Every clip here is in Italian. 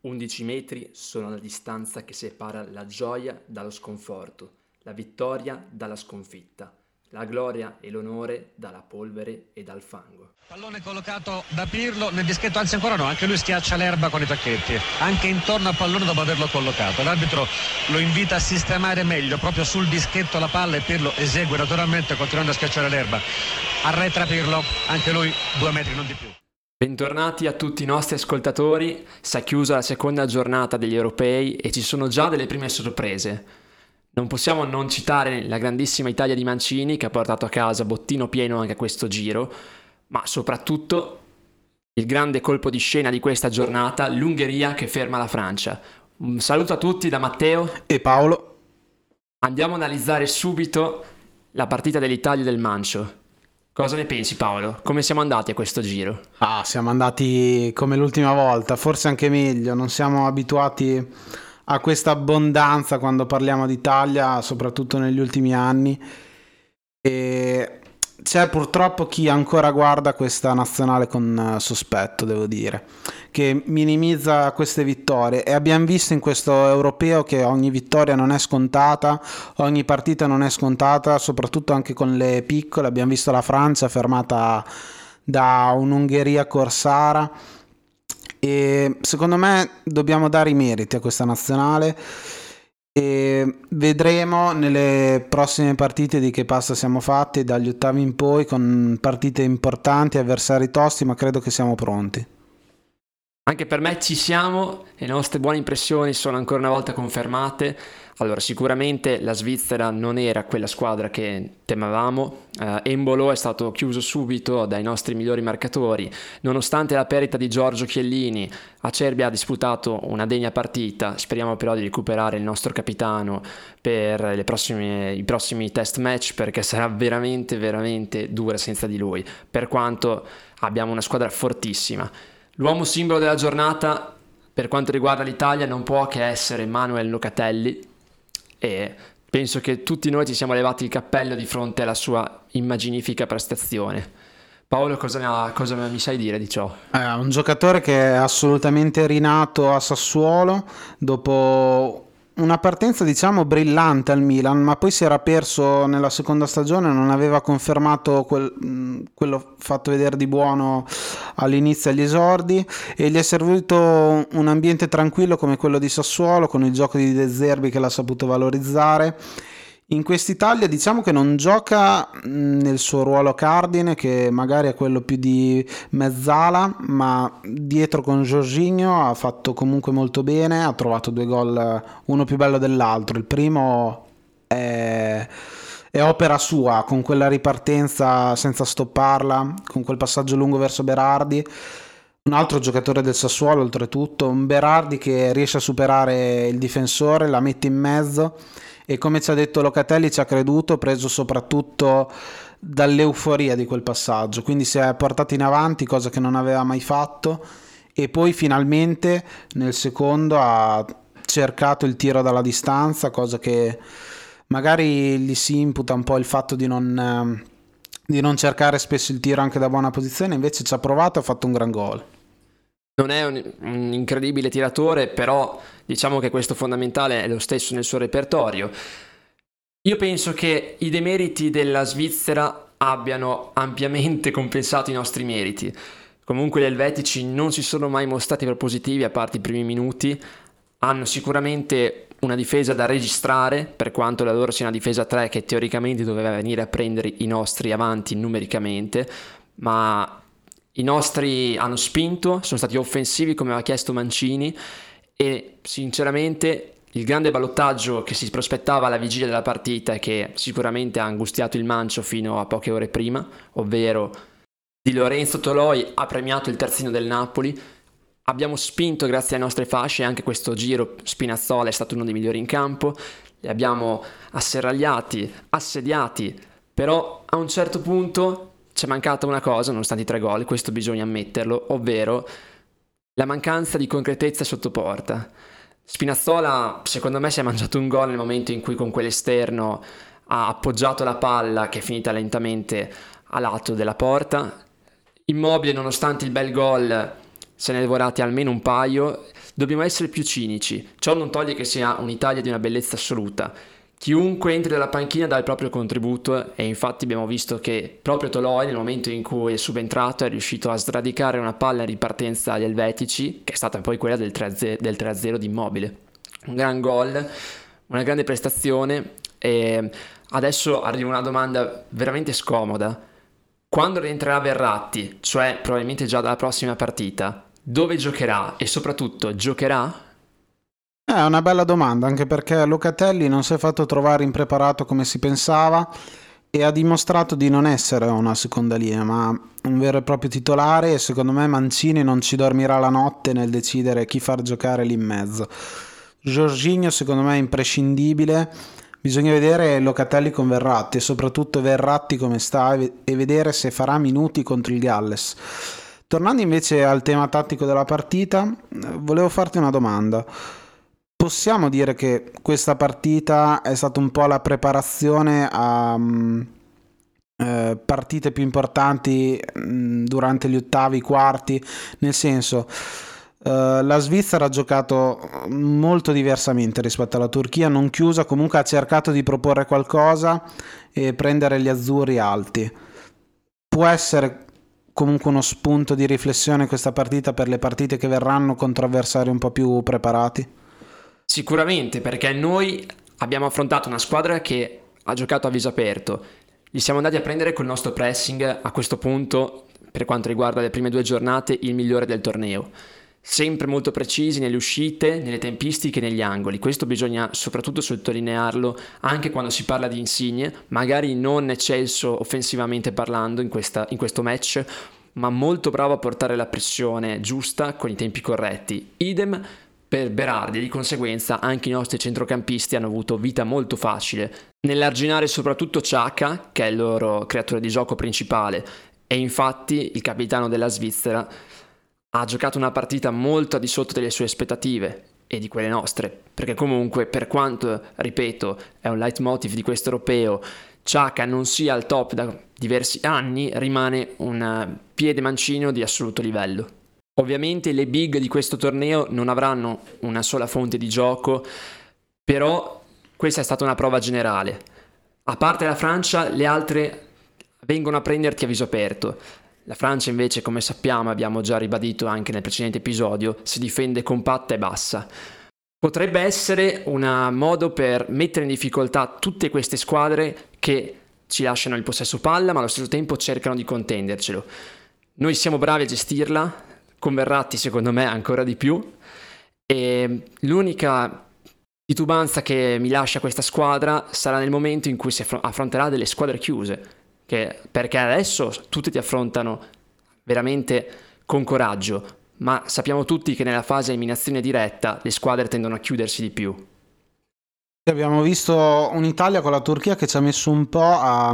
11 metri sono la distanza che separa la gioia dallo sconforto, la vittoria dalla sconfitta, la gloria e l'onore dalla polvere e dal fango. Pallone collocato da Pirlo nel dischetto, anzi ancora no, anche lui schiaccia l'erba con i tacchetti, anche intorno al pallone dopo averlo collocato. L'arbitro lo invita a sistemare meglio proprio sul dischetto la palla e Pirlo esegue naturalmente continuando a schiacciare l'erba. Arretra Pirlo, anche lui 2 metri, non di più. Bentornati a tutti i nostri ascoltatori, si è chiusa la seconda giornata degli europei e ci sono già delle prime sorprese. Non possiamo non citare la grandissima Italia di Mancini che ha portato a casa bottino pieno anche a questo giro, ma soprattutto il grande colpo di scena di questa giornata, l'Ungheria che ferma la Francia. Un saluto a tutti da Matteo e Paolo. Andiamo a analizzare subito la partita dell'Italia del Mancio. Cosa ne pensi, Paolo? Come siamo andati a questo giro? Siamo andati come l'ultima volta, forse anche meglio. Non siamo abituati a questa abbondanza quando parliamo d'Italia, soprattutto negli ultimi anni. E c'è purtroppo chi ancora guarda questa nazionale con sospetto, devo dire, che minimizza queste vittorie, e abbiamo visto in questo europeo che ogni vittoria non è scontata, ogni partita non è scontata, soprattutto anche con le piccole. Abbiamo visto la Francia fermata da un'Ungheria corsara e secondo me dobbiamo dare i meriti a questa nazionale. E vedremo nelle prossime partite di che pasta siamo fatti dagli ottavi in poi, con partite importanti, avversari tosti, ma credo che siamo pronti. Anche per me ci siamo, le nostre buone impressioni sono ancora una volta confermate. Allora, sicuramente la Svizzera non era quella squadra che temevamo. Embolo è stato chiuso subito dai nostri migliori marcatori. Nonostante la perdita di Giorgio Chiellini, Acerbi ha disputato una degna partita. Speriamo però di recuperare il nostro capitano per i prossimi test match, perché sarà veramente, veramente dura senza di lui, per quanto abbiamo una squadra fortissima. L'uomo simbolo della giornata per quanto riguarda l'Italia non può che essere Manuel Locatelli, e penso che tutti noi ci siamo levati il cappello di fronte alla sua immaginifica prestazione. Paolo, cosa mi sai dire di ciò? Un giocatore che è assolutamente rinato a Sassuolo dopo una partenza diciamo brillante al Milan, ma poi si era perso nella seconda stagione, non aveva confermato quello fatto vedere di buono all'inizio agli esordi, e gli è servito un ambiente tranquillo come quello di Sassuolo, con il gioco di De Zerbi che l'ha saputo valorizzare. In quest'Italia diciamo che non gioca nel suo ruolo cardine, che magari è quello più di mezzala, ma dietro con Jorginho ha fatto comunque molto bene, ha trovato 2 gol, uno più bello dell'altro. Il primo è opera sua, con quella ripartenza senza stopparla, con quel passaggio lungo verso Berardi. Un altro giocatore del Sassuolo oltretutto, un Berardi che riesce a superare il difensore, la mette in mezzo, e come ci ha detto Locatelli ci ha creduto, preso soprattutto dall'euforia di quel passaggio, quindi si è portato in avanti, cosa che non aveva mai fatto, e poi finalmente nel secondo ha cercato il tiro dalla distanza, cosa che magari gli si imputa un po' il fatto di non cercare spesso il tiro anche da buona posizione. Invece ci ha provato e ha fatto un gran gol. Non è un incredibile tiratore, però diciamo che questo fondamentale è lo stesso nel suo repertorio. Io penso che i demeriti della Svizzera abbiano ampiamente compensato i nostri meriti. Comunque gli elvetici non si sono mai mostrati propositivi, a parte i primi minuti. Hanno sicuramente una difesa da registrare, per quanto la loro sia una difesa 3 che teoricamente doveva venire a prendere i nostri avanti numericamente, ma i nostri hanno spinto, sono stati offensivi come aveva chiesto Mancini, e sinceramente il grande ballottaggio che si prospettava alla vigilia della partita e che sicuramente ha angustiato il Mancio fino a poche ore prima, ovvero Di Lorenzo Toloi ha premiato il terzino del Napoli. Abbiamo spinto grazie alle nostre fasce, e anche questo giro Spinazzola è stato uno dei migliori in campo. Li abbiamo asserragliati, assediati, però a un certo punto c'è mancata una cosa, nonostante i 3 gol, questo bisogna ammetterlo, ovvero la mancanza di concretezza sotto porta. Spinazzola, secondo me, si è mangiato un gol nel momento in cui con quell'esterno ha appoggiato la palla che è finita lentamente a lato della porta. Immobile, nonostante il bel gol, se ne è devorati almeno un paio. Dobbiamo essere più cinici. Ciò non toglie che sia un'Italia di una bellezza assoluta. Chiunque entri dalla panchina dà il proprio contributo, e infatti abbiamo visto che proprio Toloi, nel momento in cui è subentrato, è riuscito a sradicare una palla in ripartenza agli elvetici, che è stata poi quella del 3-0 di Immobile. Un gran gol, una grande prestazione. E adesso arriva una domanda veramente scomoda. Quando rientrerà Verratti, cioè probabilmente già dalla prossima partita, dove giocherà e soprattutto giocherà? È una bella domanda, anche perché Locatelli non si è fatto trovare impreparato come si pensava e ha dimostrato di non essere una seconda linea, ma un vero e proprio titolare, e secondo me Mancini non ci dormirà la notte nel decidere chi far giocare lì in mezzo. Jorginho secondo me è imprescindibile, bisogna vedere Locatelli con Verratti e soprattutto Verratti come sta e vedere se farà minuti contro il Galles. Tornando invece al tema tattico della partita, volevo farti una domanda. Possiamo dire che questa partita è stata un po' la preparazione a partite più importanti durante gli ottavi, i quarti, nel senso la Svizzera ha giocato molto diversamente rispetto alla Turchia, non chiusa, comunque ha cercato di proporre qualcosa e prendere gli azzurri alti. Può essere comunque uno spunto di riflessione questa partita per le partite che verranno contro avversari un po' più preparati? Sicuramente, perché noi abbiamo affrontato una squadra che ha giocato a viso aperto. Li siamo andati a prendere col nostro pressing, a questo punto, per quanto riguarda le prime 2 giornate, il migliore del torneo. Sempre molto precisi nelle uscite, nelle tempistiche e negli angoli. Questo bisogna soprattutto sottolinearlo anche quando si parla di Insigne, magari non eccelso offensivamente parlando in questo match, ma molto bravo a portare la pressione giusta con i tempi corretti. Idem per Berardi, di conseguenza anche i nostri centrocampisti hanno avuto vita molto facile nell'arginare soprattutto Xhaka, che è il loro creatore di gioco principale, e infatti il capitano della Svizzera ha giocato una partita molto al di sotto delle sue aspettative e di quelle nostre, perché comunque, per quanto, ripeto, è un leitmotiv di questo europeo, Xhaka non sia al top da diversi anni, rimane un piede mancino di assoluto livello. Ovviamente le big di questo torneo non avranno una sola fonte di gioco, però questa è stata una prova generale. A parte la Francia, le altre vengono a prenderti a viso aperto. La Francia invece, come sappiamo, abbiamo già ribadito anche nel precedente episodio, si difende compatta e bassa. Potrebbe essere un modo per mettere in difficoltà tutte queste squadre che ci lasciano il possesso palla, ma allo stesso tempo cercano di contendercelo. Noi siamo bravi a gestirla, con Verratti secondo me ancora di più, e l'unica titubanza che mi lascia questa squadra sarà nel momento in cui si affronterà delle squadre chiuse, perché adesso tutti ti affrontano veramente con coraggio, ma sappiamo tutti che nella fase eliminazione diretta le squadre tendono a chiudersi di più. Abbiamo visto un'Italia con la Turchia che ci ha messo un po'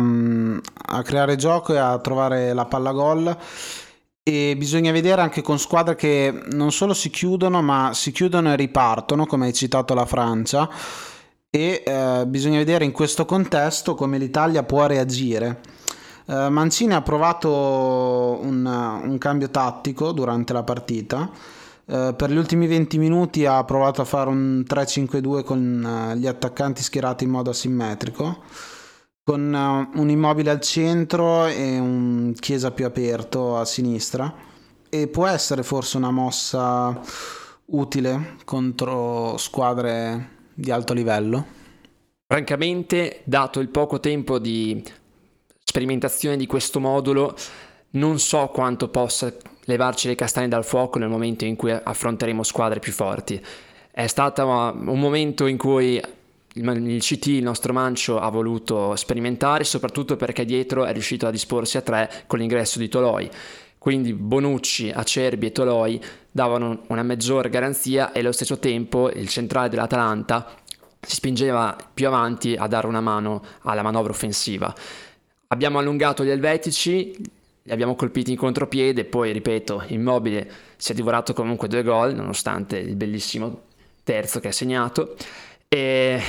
a creare gioco e a trovare la palla gol, e bisogna vedere anche con squadre che non solo si chiudono, ma si chiudono e ripartono, come hai citato la Francia, e bisogna vedere in questo contesto come l'Italia può reagire. Mancini ha provato un cambio tattico durante la partita. Per gli ultimi 20 minuti ha provato a fare un 3-5-2 con gli attaccanti schierati in modo asimmetrico, con un Immobile al centro e un Chiesa più aperto a sinistra, e può essere forse una mossa utile contro squadre di alto livello. Francamente, dato il poco tempo di sperimentazione di questo modulo, non so quanto possa levarci le castagne dal fuoco nel momento in cui affronteremo squadre più forti. È stato un momento in cui il CT, il nostro Mancio, ha voluto sperimentare, soprattutto perché dietro è riuscito a disporsi a 3 con l'ingresso di Toloi. Quindi Bonucci, Acerbi e Toloi davano una maggiore garanzia, e allo stesso tempo il centrale dell'Atalanta si spingeva più avanti a dare una mano alla manovra offensiva. Abbiamo allungato gli elvetici, li abbiamo colpiti in contropiede, poi ripeto, Immobile si è divorato comunque 2 gol nonostante il bellissimo terzo che ha segnato. E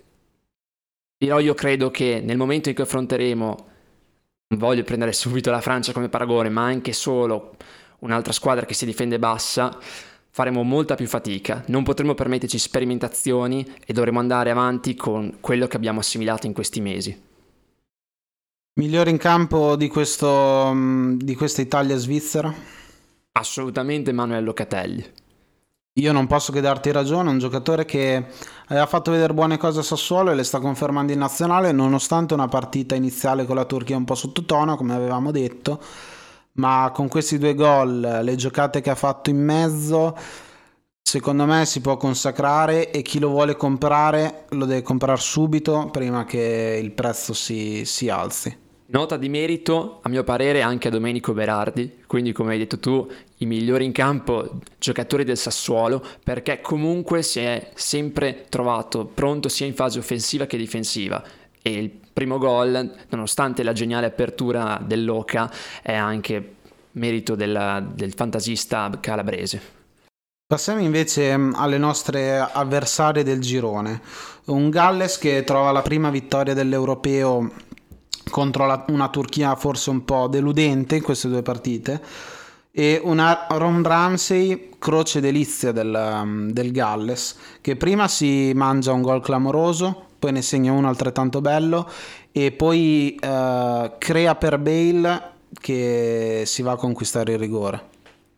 però io credo che nel momento in cui affronteremo, non voglio prendere subito la Francia come paragone, ma anche solo un'altra squadra che si difende bassa, faremo molta più fatica, non potremo permetterci sperimentazioni e dovremo andare avanti con quello che abbiamo assimilato in questi mesi. Migliore in campo di questa Italia-Svizzera? Assolutamente Manuel Locatelli. Io non posso che darti ragione, un giocatore che aveva fatto vedere buone cose a Sassuolo e le sta confermando in nazionale, nonostante una partita iniziale con la Turchia un po' sottotono, come avevamo detto, ma con questi 2 gol, le giocate che ha fatto in mezzo, secondo me si può consacrare, e chi lo vuole comprare lo deve comprare subito prima che il prezzo si alzi. Nota di merito, a mio parere, anche a Domenico Berardi, quindi come hai detto tu, i migliori in campo giocatori del Sassuolo, perché comunque si è sempre trovato pronto sia in fase offensiva che difensiva, e il primo gol, nonostante la geniale apertura dell'Oca, è anche merito del fantasista calabrese. Passiamo invece alle nostre avversarie del girone. Un Galles che trova la prima vittoria dell'Europeo contro una Turchia forse un po' deludente in queste 2 partite, e una Aaron Ramsey croce delizia del Galles, che prima si mangia un gol clamoroso, poi ne segna uno altrettanto bello e poi crea per Bale che si va a conquistare il rigore.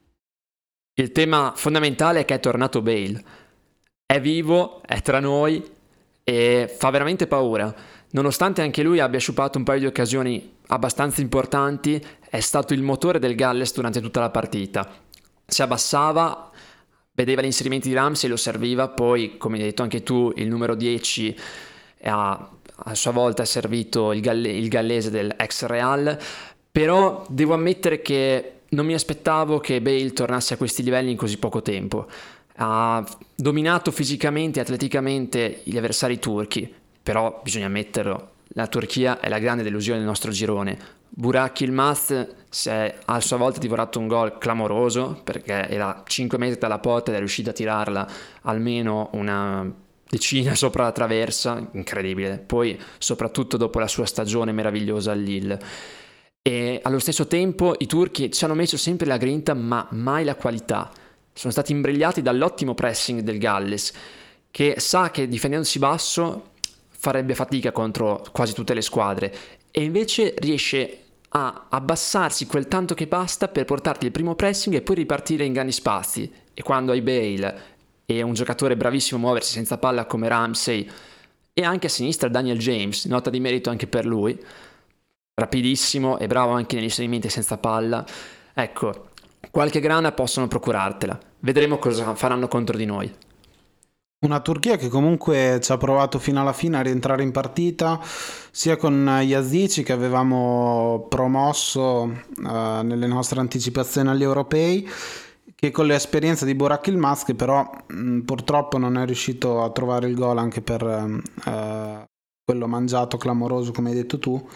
Il tema fondamentale è che è tornato Bale, è vivo, è tra noi e fa veramente paura. Nonostante anche lui abbia sciupato un paio di occasioni abbastanza importanti, è stato il motore del Galles durante tutta la partita. Si abbassava, vedeva gli inserimenti di Ramsey, lo serviva, poi, come hai detto anche tu, il numero 10 a sua volta ha servito il gallese del ex Real, però devo ammettere che non mi aspettavo che Bale tornasse a questi livelli in così poco tempo. Ha dominato fisicamente e atleticamente gli avversari turchi, però bisogna ammetterlo, la Turchia è la grande delusione del nostro girone. Burak Yilmaz si è a sua volta divorato un gol clamoroso, perché era 5 metri dalla porta ed è riuscito a tirarla almeno una decina sopra la traversa, incredibile. Poi soprattutto dopo la sua stagione meravigliosa al Lille. E allo stesso tempo i turchi ci hanno messo sempre la grinta, ma mai la qualità. Sono stati imbrigliati dall'ottimo pressing del Galles, che sa che difendendosi basso farebbe fatica contro quasi tutte le squadre, e invece riesce a abbassarsi quel tanto che basta per portarti il primo pressing e poi ripartire in grandi spazi. E quando hai Bale e un giocatore bravissimo a muoversi senza palla come Ramsey, e anche a sinistra Daniel James, nota di merito anche per lui, rapidissimo e bravo anche negli inserimenti senza palla, ecco, qualche grana possono procurartela. Vedremo cosa faranno contro di noi. Una Turchia che comunque ci ha provato fino alla fine a rientrare in partita, sia con Yazici che avevamo promosso nelle nostre anticipazioni agli europei, che con l'esperienza di Burak Yilmaz, che però purtroppo non è riuscito a trovare il gol anche per quello mangiato clamoroso come hai detto tu.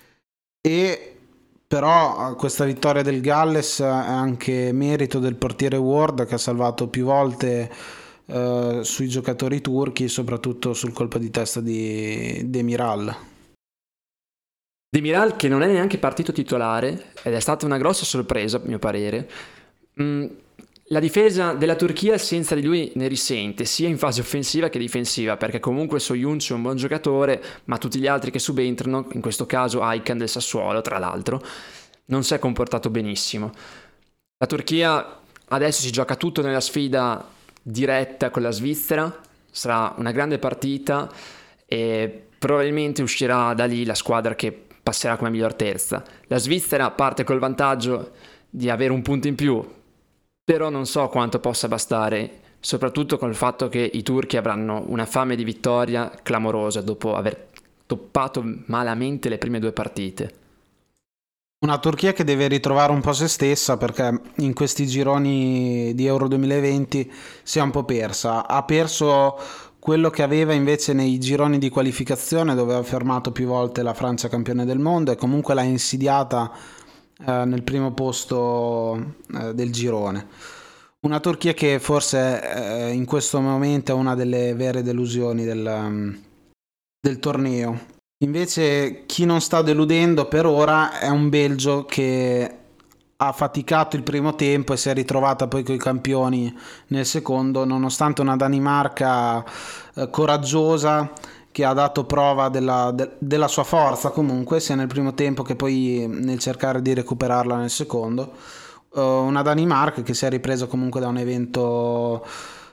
E però questa vittoria del Galles è anche merito del portiere Ward, che ha salvato più volte sui giocatori turchi, soprattutto sul colpo di testa di Demiral. Demiral che non è neanche partito titolare ed è stata una grossa sorpresa a mio parere. La difesa della Turchia senza di lui ne risente sia in fase offensiva che difensiva, perché comunque Soyuncu è un buon giocatore, ma tutti gli altri che subentrano, in questo caso Aykan del Sassuolo tra l'altro, non si è comportato benissimo. La Turchia adesso si gioca tutto nella sfida diretta con la Svizzera, sarà una grande partita e probabilmente uscirà da lì la squadra che passerà come miglior terza. La Svizzera parte col vantaggio di avere un punto in più, però non so quanto possa bastare, soprattutto con il fatto che i turchi avranno una fame di vittoria clamorosa dopo aver toppato malamente le prime 2 partite. Una Turchia che deve ritrovare un po' se stessa, perché in questi gironi di Euro 2020 si è un po' persa. Ha perso quello che aveva invece nei gironi di qualificazione, dove ha fermato più volte la Francia campione del mondo, e comunque l'ha insidiata nel primo posto del girone. Una Turchia che forse in questo momento è una delle vere delusioni del torneo. Invece chi non sta deludendo per ora è un Belgio che ha faticato il primo tempo e si è ritrovata poi coi campioni nel secondo, nonostante una Danimarca coraggiosa, che ha dato prova della sua forza comunque, sia nel primo tempo che poi nel cercare di recuperarla nel secondo. Una Danimarca che si è ripresa comunque da un evento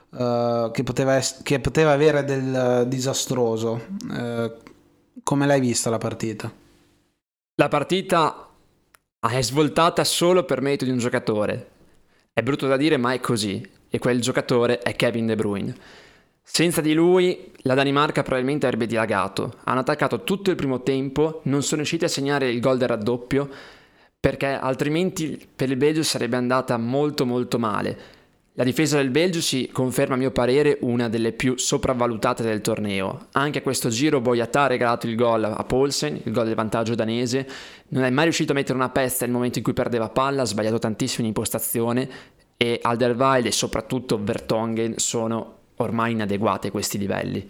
che poteva avere del disastroso. Come l'hai vista la partita? La partita è svoltata solo per merito di un giocatore. È brutto da dire, ma è così. E quel giocatore è Kevin De Bruyne. Senza di lui la Danimarca probabilmente avrebbe dilagato. Hanno attaccato tutto il primo tempo, non sono riusciti a segnare il gol del raddoppio, perché altrimenti per il Belgio sarebbe andata molto molto male. La difesa del Belgio si conferma a mio parere una delle più sopravvalutate del torneo. Anche a questo giro Boyata ha regalato il gol a Poulsen, il gol del vantaggio danese. Non è mai riuscito a mettere una pesta nel momento in cui perdeva palla, ha sbagliato tantissimo in impostazione, e Alderweireld e soprattutto Vertonghen sono ormai inadeguate a questi livelli.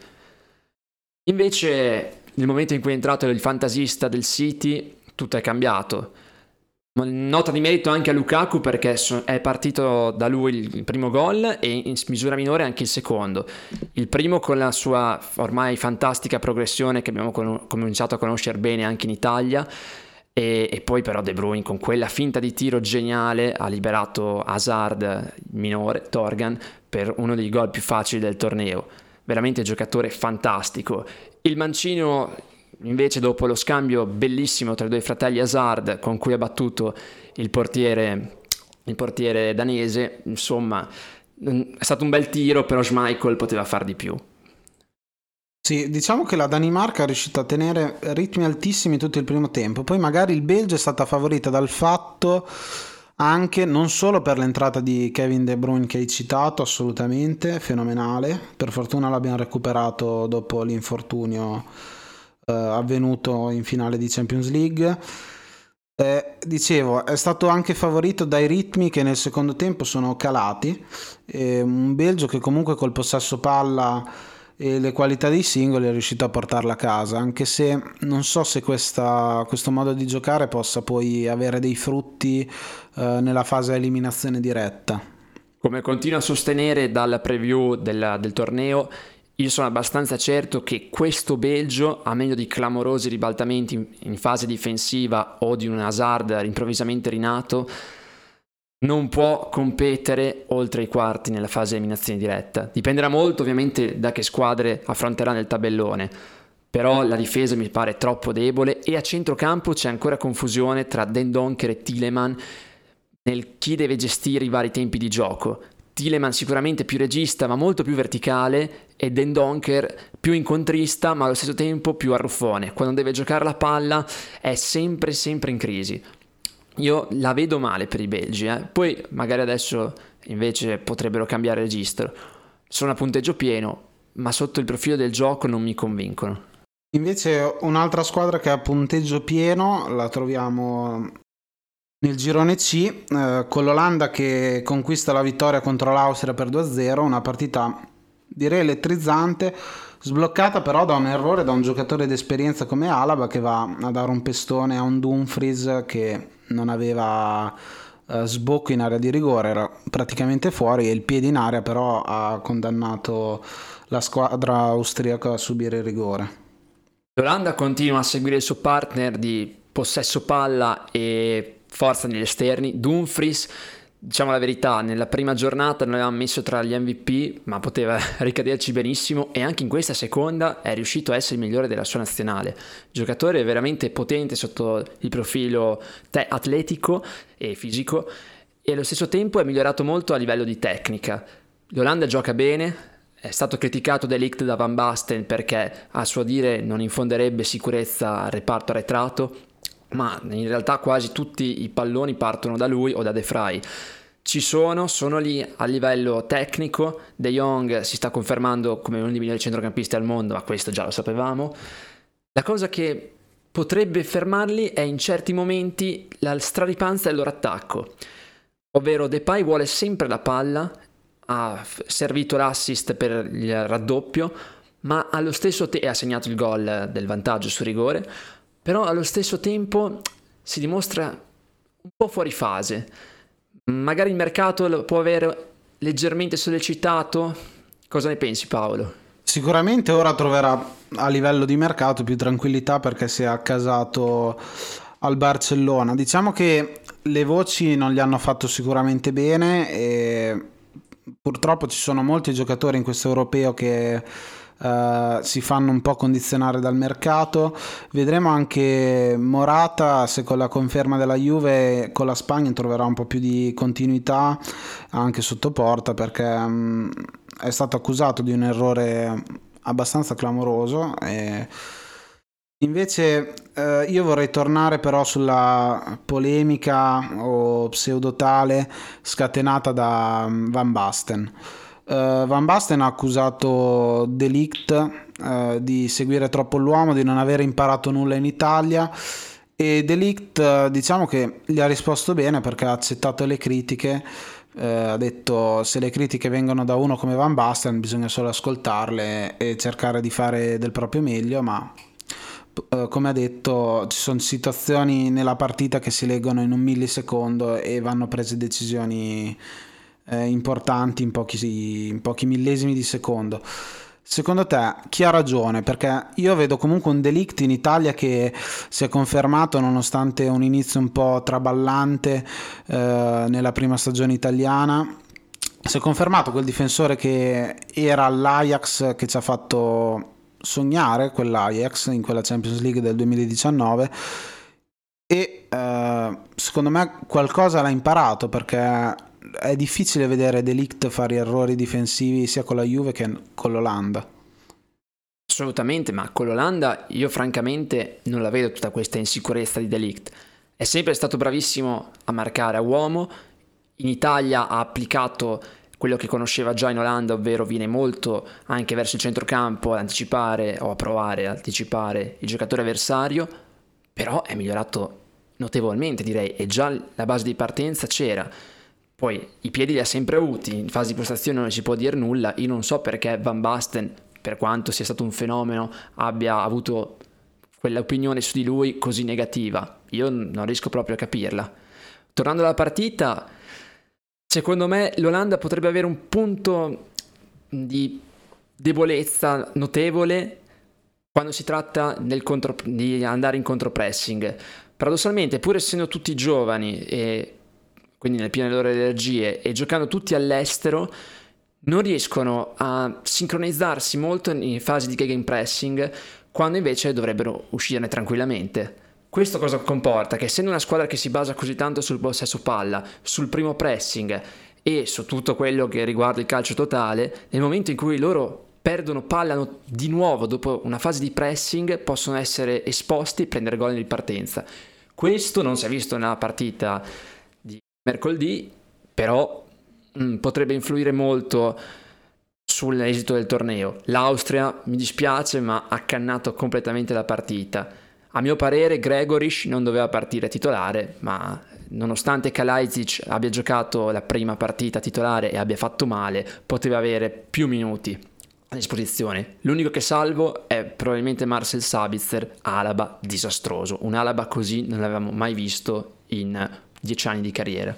Invece nel momento in cui è entrato il fantasista del City tutto è cambiato. Nota di merito anche a Lukaku, perché è partito da lui il primo gol e in misura minore anche il secondo. Il primo con la sua ormai fantastica progressione che abbiamo cominciato a conoscere bene anche in Italia, e poi però De Bruyne con quella finta di tiro geniale ha liberato Hazard minore, Torgan, per uno dei gol più facili del torneo. Veramente giocatore fantastico. Il mancino invece, dopo lo scambio bellissimo tra i due fratelli Hazard, con cui ha battuto il portiere danese, insomma è stato un bel tiro, però Schmeichel poteva far di più. Sì, diciamo che la Danimarca è riuscita a tenere ritmi altissimi tutto il primo tempo, poi magari il Belgio è stata favorita dal fatto anche, non solo per l'entrata di Kevin De Bruyne che hai citato, assolutamente fenomenale, per fortuna l'abbiamo recuperato dopo l'infortunio avvenuto in finale di Champions League. Dicevo, è stato anche favorito dai ritmi che nel secondo tempo sono calati, un Belgio che comunque col possesso palla e le qualità dei singoli è riuscito a portarla a casa, anche se non so se questo modo di giocare possa poi avere dei frutti nella fase eliminazione diretta. Come continuo a sostenere dalla preview del torneo, io sono abbastanza certo che questo Belgio, a meno di clamorosi ribaltamenti in fase difensiva o di un Hazard improvvisamente rinato, non può competere oltre i quarti nella fase eliminazione diretta. Dipenderà molto ovviamente da che squadre affronterà nel tabellone, però la difesa mi pare troppo debole, e a centrocampo c'è ancora confusione tra Dendoncker e Tielemans nel chi deve gestire i vari tempi di gioco. Tielemans sicuramente più regista ma molto più verticale, e Dendoncker più incontrista ma allo stesso tempo più arruffone. Quando deve giocare la palla è sempre in crisi. Io la vedo male per i belgi, Poi magari adesso invece potrebbero cambiare registro. Sono a punteggio pieno, ma sotto il profilo del gioco non mi convincono. Invece un'altra squadra che ha punteggio pieno la troviamo nel girone C, con l'Olanda che conquista la vittoria contro l'Austria per 2-0, una partita direi elettrizzante, sbloccata però da un errore da un giocatore d'esperienza come Alaba, che va a dare un pestone a un Dumfries che non aveva sbocco in area di rigore, era praticamente fuori, e il piede in area però ha condannato la squadra austriaca a subire il rigore. L'Olanda continua a seguire il suo partner di possesso palla e forza negli esterni. Dumfries, diciamo la verità, nella prima giornata non l'aveva messo tra gli MVP, ma poteva ricaderci benissimo, e anche in questa seconda è riuscito a essere il migliore della sua nazionale. Giocatore veramente potente sotto il profilo atletico e fisico, e allo stesso tempo è migliorato molto a livello di tecnica. L'Olanda gioca bene. È stato criticato da Ligt da Van Basten perché a suo dire non infonderebbe sicurezza al reparto arretrato, ma in realtà quasi tutti i palloni partono da lui o da De Vrij. Sono lì a livello tecnico. De Jong si sta confermando come uno dei migliori centrocampisti al mondo, ma questo già lo sapevamo. La cosa che potrebbe fermarli è in certi momenti la straripanza del loro attacco, ovvero Depay vuole sempre la palla, ha servito l'assist per il raddoppio, ma allo stesso tempo ha segnato il gol del vantaggio su rigore, però allo stesso tempo si dimostra un po' fuori fase. Magari il mercato lo può avere leggermente sollecitato. Cosa ne pensi, Paolo? Sicuramente ora troverà a livello di mercato più tranquillità perché si è accasato al Barcellona. Diciamo che le voci non gli hanno fatto sicuramente bene e purtroppo ci sono molti giocatori in questo europeo che si fanno un po' condizionare dal mercato. Vedremo anche Morata se con la conferma della Juve con la Spagna troverà un po' più di continuità anche sotto porta, perché è stato accusato di un errore abbastanza clamoroso. Invece io vorrei tornare però sulla polemica o pseudotale scatenata da Van Basten. Van Basten ha accusato De Ligt di seguire troppo l'uomo, di non aver imparato nulla in Italia, e De Ligt diciamo che gli ha risposto bene perché ha accettato le critiche. Ha detto: se le critiche vengono da uno come Van Basten bisogna solo ascoltarle e cercare di fare del proprio meglio, ma come ha detto ci sono situazioni nella partita che si leggono in un millisecondo e vanno prese decisioni importanti in pochi millesimi di secondo. Secondo te chi ha ragione? Perché io vedo comunque un De Ligt in Italia che si è confermato nonostante un inizio un po' traballante nella prima stagione italiana. Si è confermato quel difensore che era all'Ajax, che ci ha fatto sognare quell'Ajax in quella Champions League del 2019, e secondo me qualcosa l'ha imparato, perché è difficile vedere De Ligt fare errori difensivi sia con la Juve che con l'Olanda. Assolutamente, ma con l'Olanda io francamente non la vedo tutta questa insicurezza di De Ligt. È sempre stato bravissimo a marcare a uomo. In Italia ha applicato quello che conosceva già in Olanda, ovvero viene molto anche verso il centrocampo ad anticipare o a provare a anticipare il giocatore avversario, però è migliorato notevolmente, direi, e già la base di partenza c'era. Poi i piedi li ha sempre avuti, in fase di postazione non si può dire nulla. Io non so perché Van Basten, per quanto sia stato un fenomeno, abbia avuto quell'opinione su di lui così negativa. Io non riesco proprio a capirla. Tornando alla partita, secondo me l'Olanda potrebbe avere un punto di debolezza notevole quando si tratta di andare in contropressing. Paradossalmente, pur essendo tutti giovani e quindi nel pieno delle loro energie e giocando tutti all'estero, non riescono a sincronizzarsi molto in fase di gegenpressing, quando invece dovrebbero uscirne tranquillamente. Questo cosa comporta? Che essendo una squadra che si basa così tanto sul possesso palla, sul primo pressing e su tutto quello che riguarda il calcio totale, nel momento in cui loro perdono palla di nuovo dopo una fase di pressing, possono essere esposti e prendere gol in ripartenza. Questo non si è visto nella partita di mercoledì, però potrebbe influire molto sull'esito del torneo. L'Austria, mi dispiace, ma ha cannato completamente la partita. A mio parere Gregory's non doveva partire titolare, ma nonostante Kalajdzic abbia giocato la prima partita titolare e abbia fatto male, poteva avere più minuti a disposizione. L'unico che salvo è probabilmente Marcel Sabitzer. Alaba disastroso, un Alaba così non l'avevamo mai visto in 10 anni di carriera.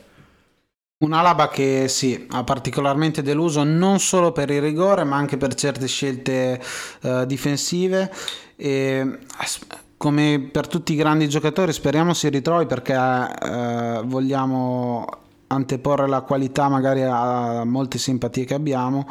Un Alaba che sì, ha particolarmente deluso non solo per il rigore ma anche per certe scelte difensive, e come per tutti i grandi giocatori speriamo si ritrovi, perché vogliamo anteporre la qualità magari a molte simpatie che abbiamo,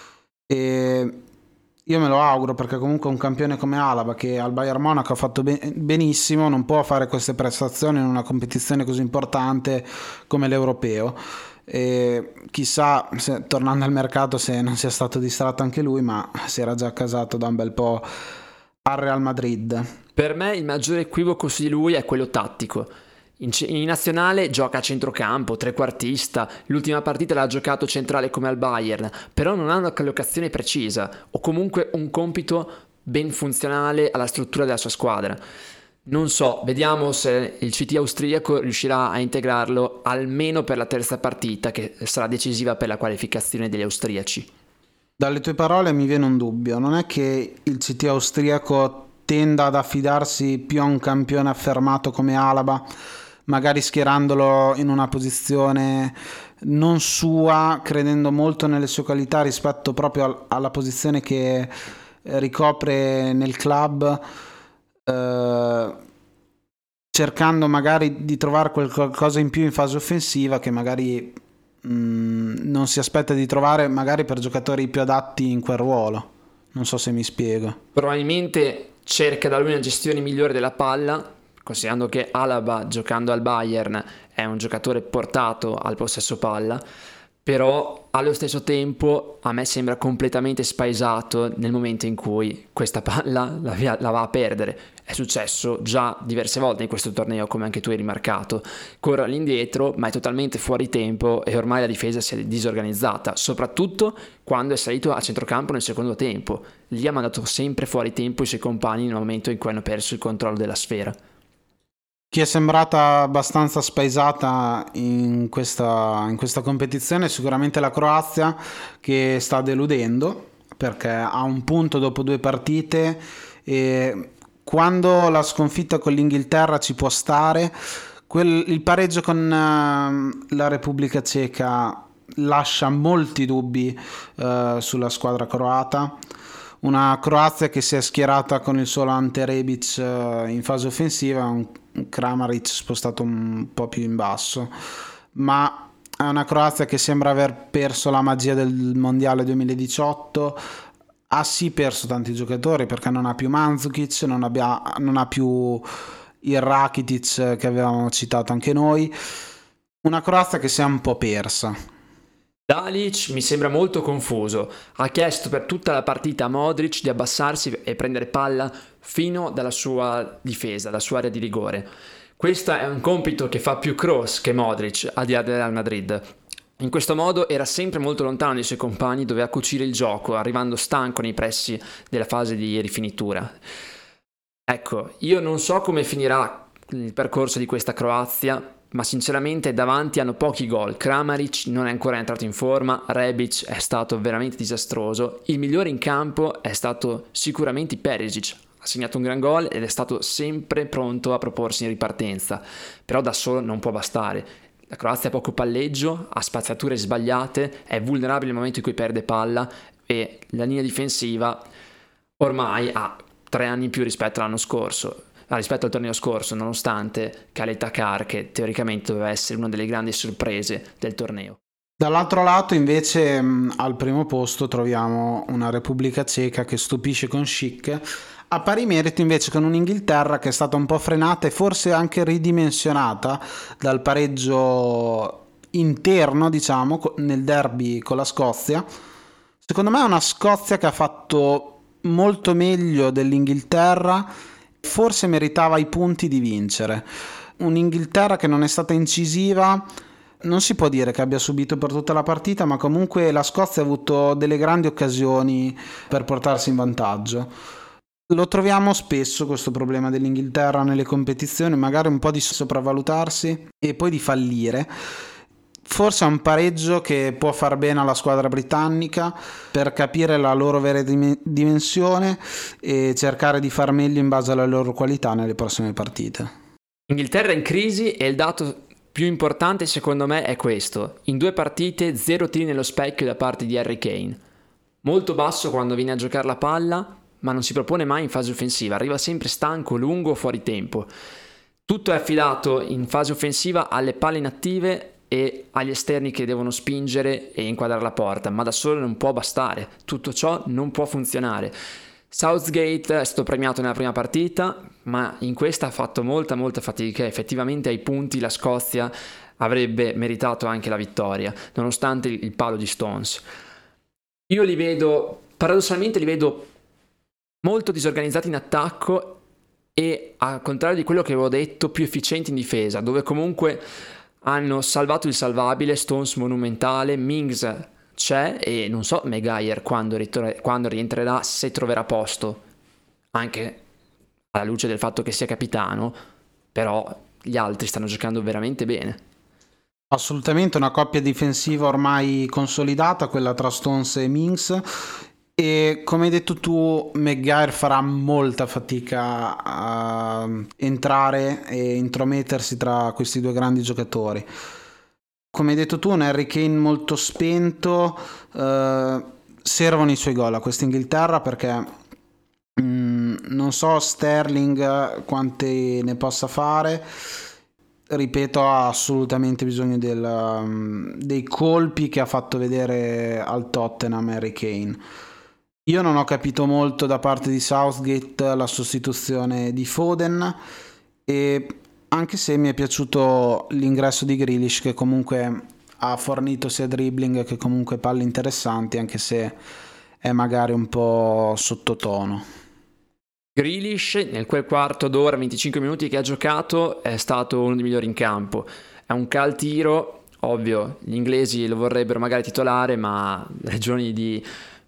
e io me lo auguro, perché comunque un campione come Alaba, che al Bayern Monaco ha fatto benissimo, non può fare queste prestazioni in una competizione così importante come l'Europeo. E chissà, tornando al mercato, se non sia stato distratto anche lui, ma si era già accasato da un bel po' al Real Madrid. Per me il maggiore equivoco su di lui è quello tattico. In nazionale gioca a centrocampo, trequartista, l'ultima partita l'ha giocato centrale come al Bayern, però non ha una collocazione precisa o comunque un compito ben funzionale alla struttura della sua squadra. Non so, vediamo se il CT austriaco riuscirà a integrarlo almeno per la terza partita, che sarà decisiva per la qualificazione degli austriaci. Dalle tue parole mi viene un dubbio, non è che il CT austriaco tenda ad affidarsi più a un campione affermato come Alaba, magari schierandolo in una posizione non sua, credendo molto nelle sue qualità rispetto proprio alla posizione che ricopre nel club, cercando magari di trovare qualcosa in più in fase offensiva che magari non si aspetta di trovare magari per giocatori più adatti in quel ruolo. Non so se mi spiego. Probabilmente cerca da lui una gestione migliore della palla, considerando che Alaba, giocando al Bayern, è un giocatore portato al possesso palla, però allo stesso tempo a me sembra completamente spaesato nel momento in cui questa palla la va a perdere. È successo già diverse volte in questo torneo, come anche tu hai rimarcato. Corre all'indietro, ma è totalmente fuori tempo e ormai la difesa si è disorganizzata, soprattutto quando è salito a centrocampo nel secondo tempo. Lì ha mandato sempre fuori tempo i suoi compagni nel momento in cui hanno perso il controllo della sfera. Chi è sembrata abbastanza spaesata in questa competizione è sicuramente la Croazia, che sta deludendo perché ha un punto dopo 2 partite, e quando la sconfitta con l'Inghilterra ci può stare, il pareggio con la Repubblica Ceca lascia molti dubbi sulla squadra croata. Una Croazia che si è schierata con il solo Ante Rebic in fase offensiva, un Kramaric spostato un po' più in basso, ma è una Croazia che sembra aver perso la magia del Mondiale 2018. Ha sì perso tanti giocatori, perché non ha più Mandzukic, non ha più il Rakitic che avevamo citato anche noi. Una Croazia che si è un po' persa. Dalic mi sembra molto confuso, ha chiesto per tutta la partita a Modric di abbassarsi e prendere palla fino dalla sua difesa, dalla sua area di rigore. Questo è un compito che fa più Kroos che Modric al di là del Real Madrid. In questo modo era sempre molto lontano dai suoi compagni, doveva cucire il gioco, arrivando stanco nei pressi della fase di rifinitura. Ecco, io non so come finirà il percorso di questa Croazia, ma sinceramente davanti hanno pochi gol. Kramaric non è ancora entrato in forma, Rebic è stato veramente disastroso. Il migliore in campo è stato sicuramente Perisic, ha segnato un gran gol ed è stato sempre pronto a proporsi in ripartenza, però da solo non può bastare. La Croazia ha poco palleggio, ha spaziature sbagliate, è vulnerabile nel momento in cui perde palla e la linea difensiva ormai ha 3 anni in più rispetto al torneo scorso, nonostante Khaled Takar, che teoricamente doveva essere una delle grandi sorprese del torneo. Dall'altro lato invece al primo posto troviamo una Repubblica Ceca che stupisce con chic, a pari merito invece con un'Inghilterra che è stata un po' frenata e forse anche ridimensionata dal pareggio interno, diciamo, nel derby con la Scozia. Secondo me è una Scozia che ha fatto molto meglio dell'Inghilterra, forse meritava i punti di vincere. Un'Inghilterra che non è stata incisiva, non si può dire che abbia subito per tutta la partita, ma comunque la Scozia ha avuto delle grandi occasioni per portarsi in vantaggio. Lo troviamo spesso questo problema dell'Inghilterra nelle competizioni, magari un po' di sopravvalutarsi e poi di fallire. Forse è un pareggio che può far bene alla squadra britannica per capire la loro vera dimensione e cercare di far meglio in base alle loro qualità nelle prossime partite. Inghilterra in crisi, e il dato più importante secondo me è questo: in 2 partite 0 tiri nello specchio da parte di Harry Kane, molto basso quando viene a giocare la palla, ma non si propone mai in fase offensiva, arriva sempre stanco, lungo, fuori tempo. Tutto è affidato in fase offensiva alle palle inattive e agli esterni che devono spingere e inquadrare la porta, ma da solo non può bastare, tutto ciò non può funzionare. Southgate è stato premiato nella prima partita, ma in questa ha fatto molta fatica. Effettivamente ai punti la Scozia avrebbe meritato anche la vittoria, nonostante il palo di Stones. Io paradossalmente li vedo molto disorganizzati in attacco e, al contrario di quello che avevo detto, più efficienti in difesa, dove comunque hanno salvato il salvabile. Stones monumentale, Mings c'è e non so Maguire quando rientrerà, se troverà posto, anche alla luce del fatto che sia capitano, però gli altri stanno giocando veramente bene. Assolutamente una coppia difensiva ormai consolidata, quella tra Stones e Mings. E come hai detto tu, Maguire farà molta fatica a entrare e intromettersi tra questi due grandi giocatori. Come hai detto tu, un Harry Kane molto spento, servono i suoi gol a questa Inghilterra, perché non so Sterling quante ne possa fare. Ripeto, ha assolutamente bisogno dei colpi che ha fatto vedere al Tottenham Harry Kane. Io non ho capito molto da parte di Southgate la sostituzione di Foden, e anche se mi è piaciuto l'ingresso di Grealish, che comunque ha fornito sia dribbling che comunque palle interessanti, anche se è magari un po' sottotono. Grealish nel quel quarto d'ora, 25 minuti che ha giocato, è stato uno dei migliori in campo. È un cal tiro, ovvio, gli inglesi lo vorrebbero magari titolare, ma ragioni di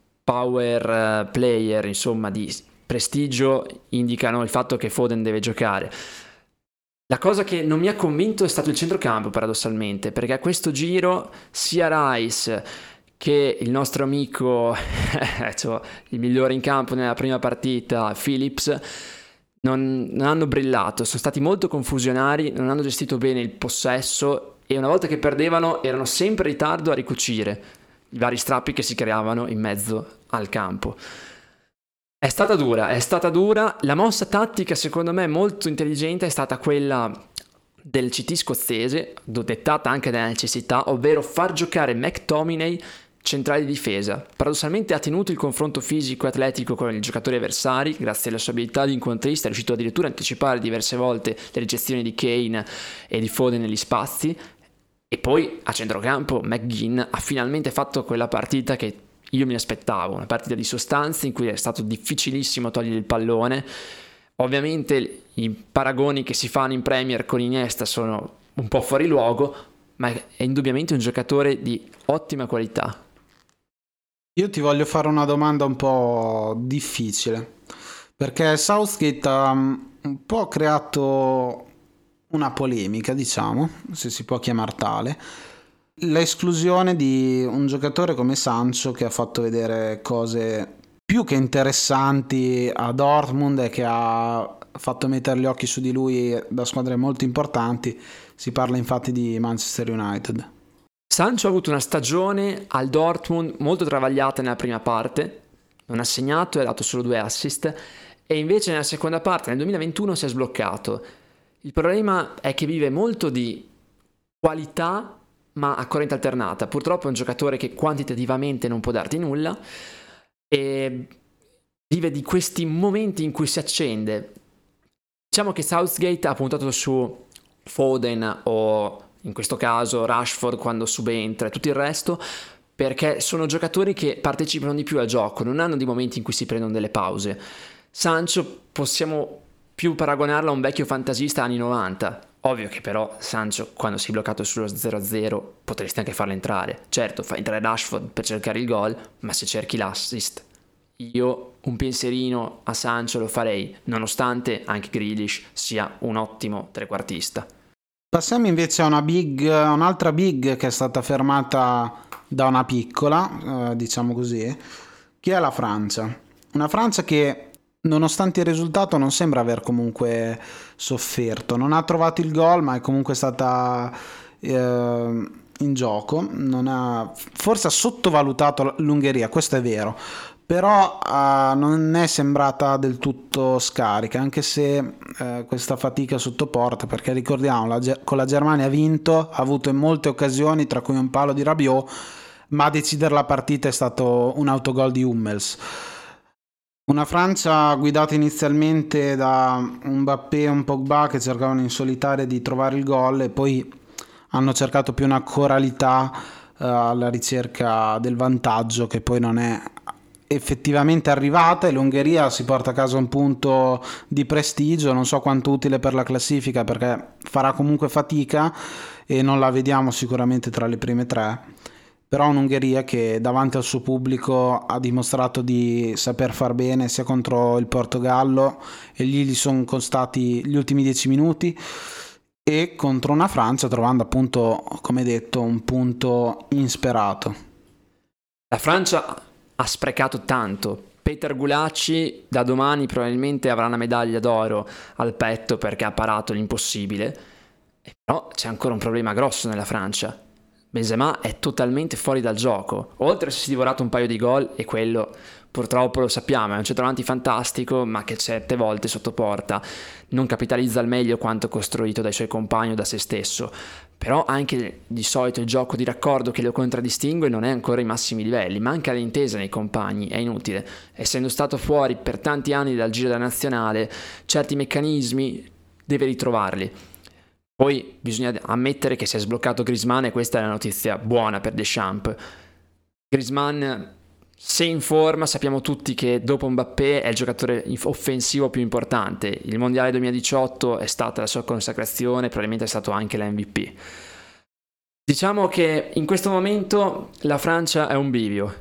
power player, insomma di prestigio, indicano il fatto che Foden deve giocare. La cosa che non mi ha convinto è stato il centrocampo, paradossalmente, perché a questo giro sia Rice che il nostro amico cioè, il migliore in campo nella prima partita, Phillips, non hanno brillato, sono stati molto confusionari, non hanno gestito bene il possesso e una volta che perdevano erano sempre in ritardo a ricucire i vari strappi che si creavano in mezzo al campo. È stata dura. La mossa tattica secondo me molto intelligente è stata quella del CT scozzese, dettata anche dalla necessità, ovvero far giocare McTominay centrale di difesa. Paradossalmente ha tenuto il confronto fisico e atletico con i giocatori avversari, grazie alla sua abilità di incontrista è riuscito addirittura a anticipare diverse volte le ricezioni di Kane e di Foden negli spazi. E poi a centrocampo McGinn ha finalmente fatto quella partita che io mi aspettavo, una partita di sostanza in cui è stato difficilissimo togliere il pallone. Ovviamente i paragoni che si fanno in Premier con Iniesta sono un po' fuori luogo, ma è indubbiamente un giocatore di ottima qualità. Io ti voglio fare una domanda un po' difficile, perché Southgate ha un po' creato una polemica, diciamo, se si può chiamar tale, l'esclusione di un giocatore come Sancho, che ha fatto vedere cose più che interessanti a Dortmund e che ha fatto mettere gli occhi su di lui da squadre molto importanti. Si parla infatti di Manchester United. Sancho ha avuto una stagione al Dortmund molto travagliata nella prima parte, non ha segnato e ha dato solo 2 assist, e invece nella seconda parte, nel 2021, si è sbloccato. Il problema è che vive molto di qualità ma a corrente alternata. Purtroppo è un giocatore che quantitativamente non può darti nulla e vive di questi momenti in cui si accende. Diciamo che Southgate ha puntato su Foden o in questo caso Rashford quando subentra e tutto il resto, perché sono giocatori che partecipano di più al gioco, non hanno dei momenti in cui si prendono delle pause. Sancho possiamo più paragonarlo a un vecchio fantasista anni 90. Ovvio che però Sancho, quando si è bloccato sullo 0-0, potresti anche farlo entrare. Certo, fai entrare Rashford per cercare il gol, ma se cerchi l'assist, io un pensierino a Sancho lo farei, nonostante anche Grealish sia un ottimo trequartista. Passiamo invece a un'altra big che è stata fermata da una piccola, diciamo così, che è la Francia. Una Francia che, nonostante il risultato, non sembra aver comunque sofferto. Non ha trovato il gol, ma è comunque stata in gioco. Forse ha sottovalutato l'Ungheria, questo è vero. Però non è sembrata del tutto scarica, anche se questa fatica sotto porta, perché ricordiamo, con la Germania ha vinto, ha avuto in molte occasioni, tra cui un palo di Rabiot, ma a decidere la partita è stato un autogol di Hummels. Una Francia guidata inizialmente da un Mbappé e un Pogba che cercavano in solitaria di trovare il gol, e poi hanno cercato più una coralità alla ricerca del vantaggio, che poi non è effettivamente arrivata, e l'Ungheria si porta a casa un punto di prestigio, non so quanto utile per la classifica, perché farà comunque fatica e non la vediamo sicuramente tra le prime 3, però un'Ungheria che davanti al suo pubblico ha dimostrato di saper far bene sia contro il Portogallo, e gli sono costati gli ultimi 10 minuti, e contro una Francia trovando appunto, come detto, un punto insperato. La Francia ha sprecato tanto. Peter Gulacsi da domani probabilmente avrà una medaglia d'oro al petto perché ha parato l'impossibile, però c'è ancora un problema grosso nella Francia. Benzema è totalmente fuori dal gioco, oltre a essersi divorato un paio di gol, e quello purtroppo lo sappiamo, è un centravanti fantastico ma che certe volte sotto porta non capitalizza al meglio quanto costruito dai suoi compagni o da se stesso. Però anche di solito il gioco di raccordo che lo contraddistingue non è ancora ai massimi livelli, manca l'intesa nei compagni, è inutile. Essendo stato fuori per tanti anni dal giro della nazionale, certi meccanismi deve ritrovarli. Poi bisogna ammettere che si è sbloccato Griezmann, e questa è la notizia buona per Deschamps. Griezmann, se in forma, sappiamo tutti che dopo Mbappé è il giocatore offensivo più importante. Il Mondiale 2018 è stata la sua consacrazione, probabilmente è stato anche la MVP. Diciamo che in questo momento la Francia è un bivio.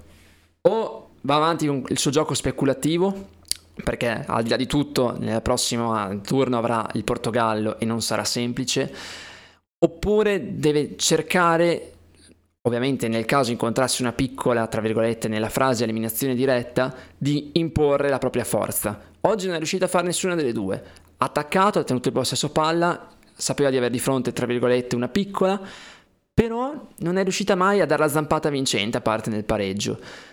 O va avanti con il suo gioco speculativo, perché al di là di tutto nel prossimo turno avrà il Portogallo e non sarà semplice, oppure deve cercare, ovviamente nel caso incontrasse una piccola, tra virgolette, nella frase eliminazione diretta, di imporre la propria forza. Oggi non è riuscito a fare nessuna delle due. Attaccato, ha tenuto il possesso palla, sapeva di avere di fronte, tra virgolette, una piccola, però non è riuscita mai a dare la zampata vincente, a parte nel pareggio.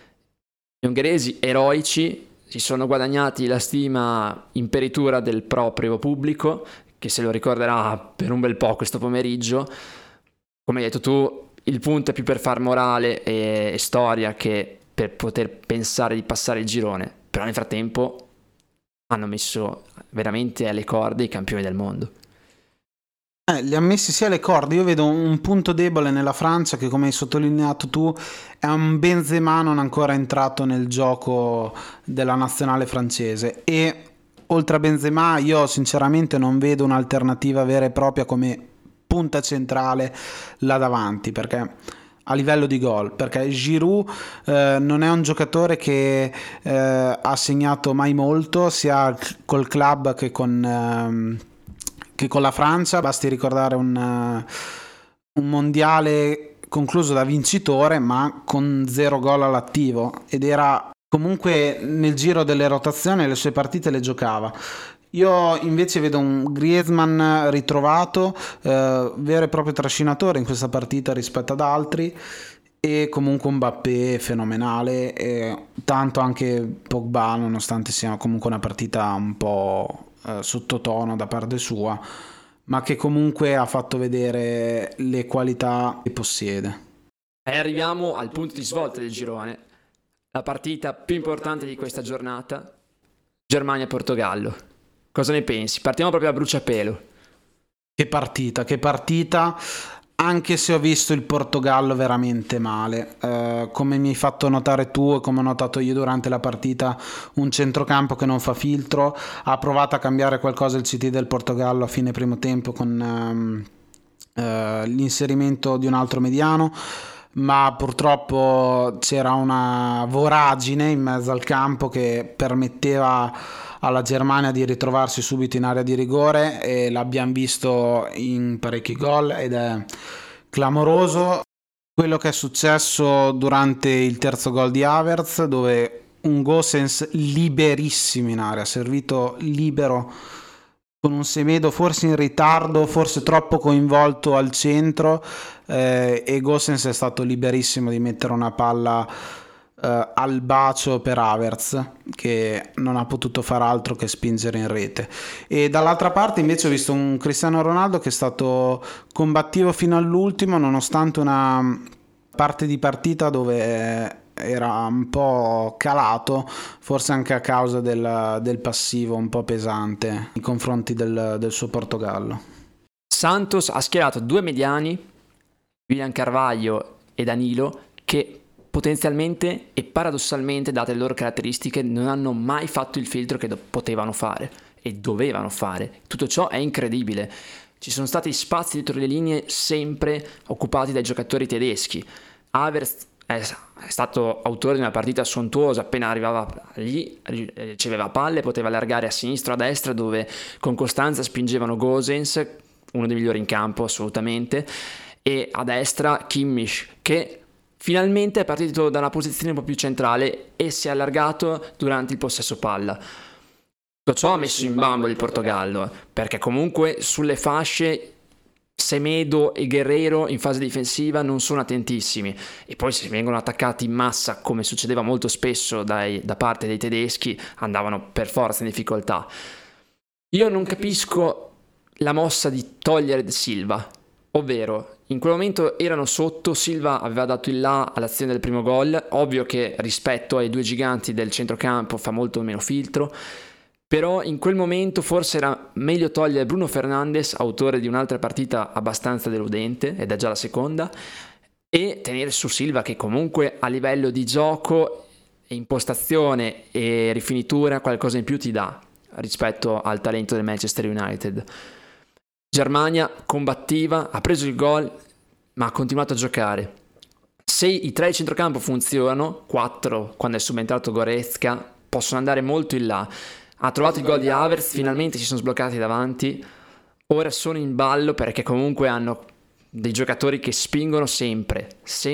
Gli ungheresi eroici si sono guadagnati la stima imperitura del proprio pubblico, che se lo ricorderà per un bel po' questo pomeriggio. Come hai detto tu, il punto è più per far morale e storia che per poter pensare di passare il girone, però nel frattempo hanno messo veramente alle corde i campioni del mondo. Li ha messi sia alle corde. Io vedo un punto debole nella Francia, che come hai sottolineato tu è un Benzema non ancora entrato nel gioco della nazionale francese, e oltre a Benzema io sinceramente non vedo un'alternativa vera e propria come punta centrale là davanti, perché a livello di gol, perché Giroud non è un giocatore che ha segnato mai molto, sia col club che con la Francia. Basti ricordare un mondiale concluso da vincitore ma con 0 gol all'attivo, ed era comunque nel giro delle rotazioni, le sue partite le giocava. Io invece vedo un Griezmann ritrovato, vero e proprio trascinatore in questa partita rispetto ad altri, e comunque un Mbappé fenomenale, e tanto anche Pogba, nonostante sia comunque una partita un po' sottotono da parte sua, ma che comunque ha fatto vedere le qualità che possiede. E arriviamo al punto di svolta del girone, la partita più importante di questa giornata, Germania-Portogallo. Cosa ne pensi? Partiamo proprio a bruciapelo. Che partita, anche se ho visto il Portogallo veramente male, come mi hai fatto notare tu e come ho notato io durante la partita, un centrocampo che non fa filtro. Ha provato a cambiare qualcosa il CT del Portogallo a fine primo tempo con l'inserimento di un altro mediano, ma purtroppo c'era una voragine in mezzo al campo che permetteva alla Germania di ritrovarsi subito in area di rigore, e l'abbiamo visto in parecchi gol, ed è clamoroso quello che è successo durante il terzo gol di Havertz, dove un Gosens liberissimo in area, servito libero con un Semedo forse in ritardo, forse troppo coinvolto al centro, e Gosens è stato liberissimo di mettere una palla al bacio per Havertz, che non ha potuto far altro che spingere in rete. E dall'altra parte invece ho visto un Cristiano Ronaldo che è stato combattivo fino all'ultimo, nonostante una parte di partita dove era un po' calato, forse anche a causa del passivo un po' pesante nei confronti del suo Portogallo. Santos ha schierato 2 mediani, William Carvalho e Danilo, che potenzialmente e paradossalmente, date le loro caratteristiche, non hanno mai fatto il filtro che potevano fare e dovevano fare. Tutto ciò è incredibile. Ci sono stati spazi dietro le linee sempre occupati dai giocatori tedeschi. Havertz è stato autore di una partita sontuosa, appena arrivava lì riceveva palle, poteva allargare a sinistra o a destra, dove con costanza spingevano Gosens, uno dei migliori in campo assolutamente, e a destra Kimmich, che finalmente è partito da una posizione un po' più centrale e si è allargato durante il possesso palla. Tutto ciò ha messo in bambola il Portogallo, perché comunque sulle fasce Semedo e Guerrero in fase difensiva non sono attentissimi, e poi se vengono attaccati in massa, come succedeva molto spesso da parte dei tedeschi, andavano per forza in difficoltà. Io non capisco la mossa di togliere Silva, ovvero in quel momento erano sotto, Silva aveva dato il là all'azione del primo gol, ovvio che rispetto ai due giganti del centrocampo fa molto meno filtro, però in quel momento forse era meglio togliere Bruno Fernandes, autore di un'altra partita abbastanza deludente, ed è già la seconda, e tenere su Silva, che comunque a livello di gioco, impostazione e rifinitura qualcosa in più ti dà rispetto al talento del Manchester United. Germania combattiva, ha preso il gol, ma ha continuato a giocare. Se i tre di centrocampo funzionano, 4 quando è subentrato Goretzka, possono andare molto in là. Ha trovato il gol di Havertz, finalmente si sono sbloccati davanti, ora sono in ballo perché comunque hanno dei giocatori che spingono sempre.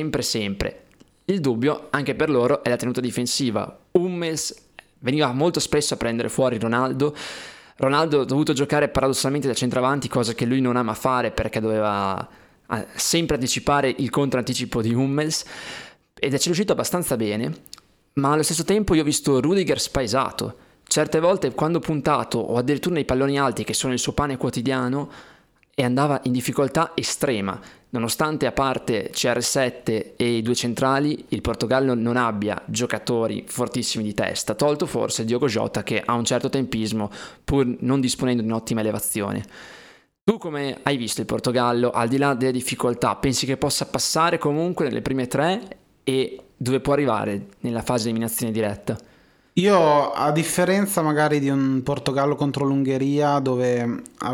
Il dubbio anche per loro è la tenuta difensiva. Hummels veniva molto spesso a prendere fuori Ronaldo ha dovuto giocare paradossalmente da centravanti, cosa che lui non ama fare perché doveva sempre anticipare il contraanticipo di Hummels, ed è riuscito abbastanza bene, ma allo stesso tempo io ho visto Rudiger spaesato. Certe volte quando puntato o addirittura nei palloni alti, che sono il suo pane quotidiano, e andava in difficoltà estrema, nonostante a parte CR7 e i due centrali il Portogallo non abbia giocatori fortissimi di testa, tolto forse Diogo Jota, che ha un certo tempismo pur non disponendo di un'ottima elevazione. Tu come hai visto il Portogallo, al di là delle difficoltà, pensi che possa passare comunque nelle prime 3 e dove può arrivare nella fase di eliminazione diretta? Io, a differenza magari di un Portogallo contro l'Ungheria, dove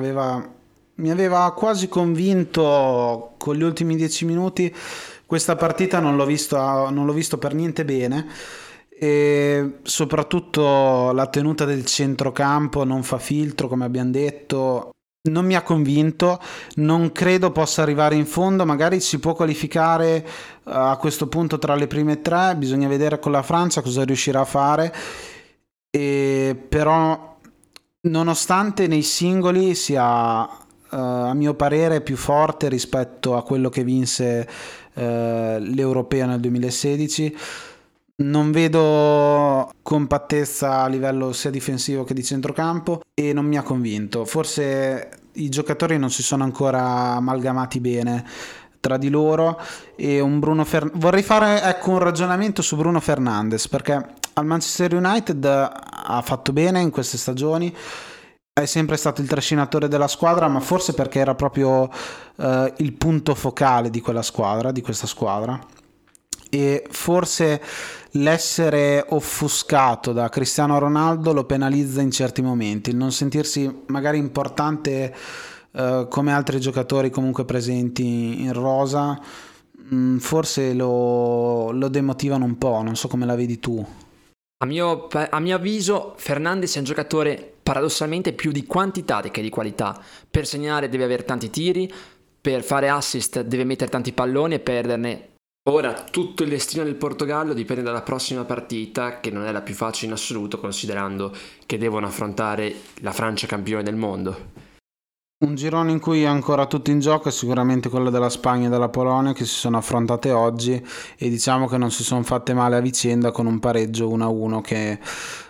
mi aveva quasi convinto con gli ultimi 10 minuti, questa partita non l'ho visto per niente bene, e soprattutto la tenuta del centrocampo non fa filtro, come abbiamo detto. Non mi ha convinto, non credo possa arrivare in fondo, magari si può qualificare a questo punto tra le prime 3, bisogna vedere con la Francia cosa riuscirà a fare, però nonostante nei singoli sia a mio parere più forte rispetto a quello che vinse l'Europeo nel 2016, non vedo compattezza a livello sia difensivo che di centrocampo e non mi ha convinto. Forse i giocatori non si sono ancora amalgamati bene tra di loro, e vorrei fare un ragionamento su Bruno Fernandes, perché al Manchester United ha fatto bene in queste stagioni, è sempre stato il trascinatore della squadra, ma forse perché era proprio il punto focale di questa squadra, e forse l'essere offuscato da Cristiano Ronaldo lo penalizza in certi momenti, il non sentirsi magari importante come altri giocatori comunque presenti in rosa, forse lo demotivano un po', non so come la vedi tu. A mio avviso Fernandes è un giocatore paradossalmente più di quantità che di qualità. Per segnare deve avere tanti tiri, per fare assist deve mettere tanti palloni e perderne. Ora tutto il destino del Portogallo dipende dalla prossima partita, che non è la più facile in assoluto, considerando che devono affrontare la Francia campione del mondo. Un girone in cui è ancora tutto in gioco è sicuramente quello della Spagna e della Polonia, che si sono affrontate oggi, e diciamo che non si sono fatte male a vicenda, con un pareggio 1-1 che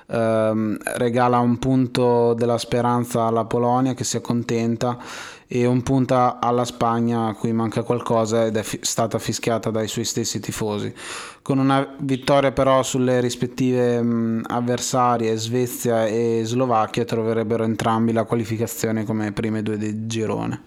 regala un punto della speranza alla Polonia, che si accontenta, e un punto alla Spagna a cui manca qualcosa ed è stata fischiata dai suoi stessi tifosi. Con una vittoria però sulle rispettive avversarie, Svezia e Slovacchia, troverebbero entrambi la qualificazione come prime 2 del girone.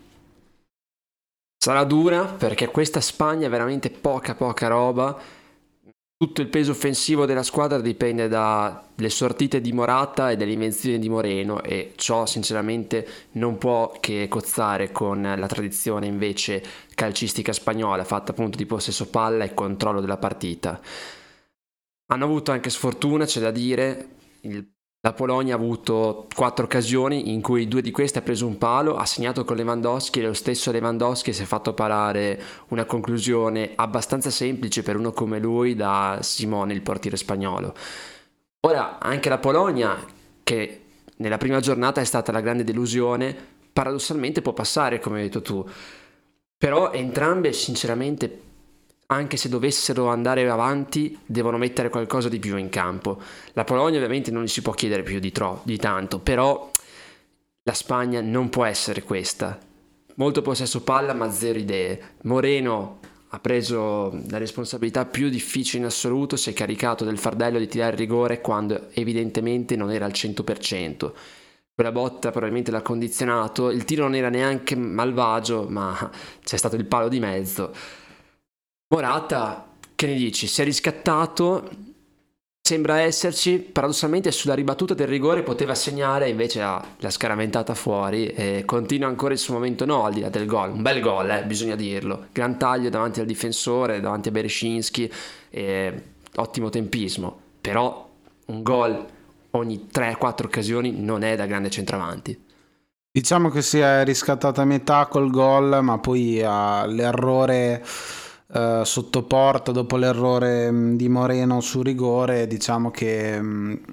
Sarà dura, perché questa Spagna è veramente poca roba. Tutto il peso offensivo della squadra dipende dalle sortite di Morata e dalle invenzioni di Moreno, e ciò sinceramente non può che cozzare con la tradizione invece calcistica spagnola, fatta appunto di possesso palla e controllo della partita. Hanno avuto anche sfortuna, c'è da dire. Il La Polonia ha avuto 4 occasioni in cui 2 di queste ha preso un palo, ha segnato con Lewandowski e lo stesso Lewandowski si è fatto parare una conclusione abbastanza semplice per uno come lui da Simone, il portiere spagnolo. Ora, anche la Polonia, che nella prima giornata è stata la grande delusione, paradossalmente può passare, come hai detto tu. Però entrambe, sinceramente, anche se dovessero andare avanti, devono mettere qualcosa di più in campo. La Polonia ovviamente non gli si può chiedere più di tanto, però la Spagna non può essere questa. Molto possesso palla, ma zero idee. Moreno ha preso la responsabilità più difficile in assoluto, si è caricato del fardello di tirare il rigore quando evidentemente non era al 100%. Quella botta probabilmente l'ha condizionato, il tiro non era neanche malvagio, ma c'è stato il palo di mezzo. Morata, che ne dici? Si è riscattato, sembra esserci, paradossalmente sulla ribattuta del rigore poteva segnare, invece l'ha scaraventata fuori e continua ancora il suo momento no, al di là del gol. Un bel gol, bisogna dirlo. Gran taglio davanti al difensore, davanti a Bereshinski, ottimo tempismo, però un gol ogni 3-4 occasioni non è da grande centravanti. Diciamo che si è riscattata a metà col gol, ma poi l'errore sotto porta dopo l'errore di Moreno su rigore, diciamo che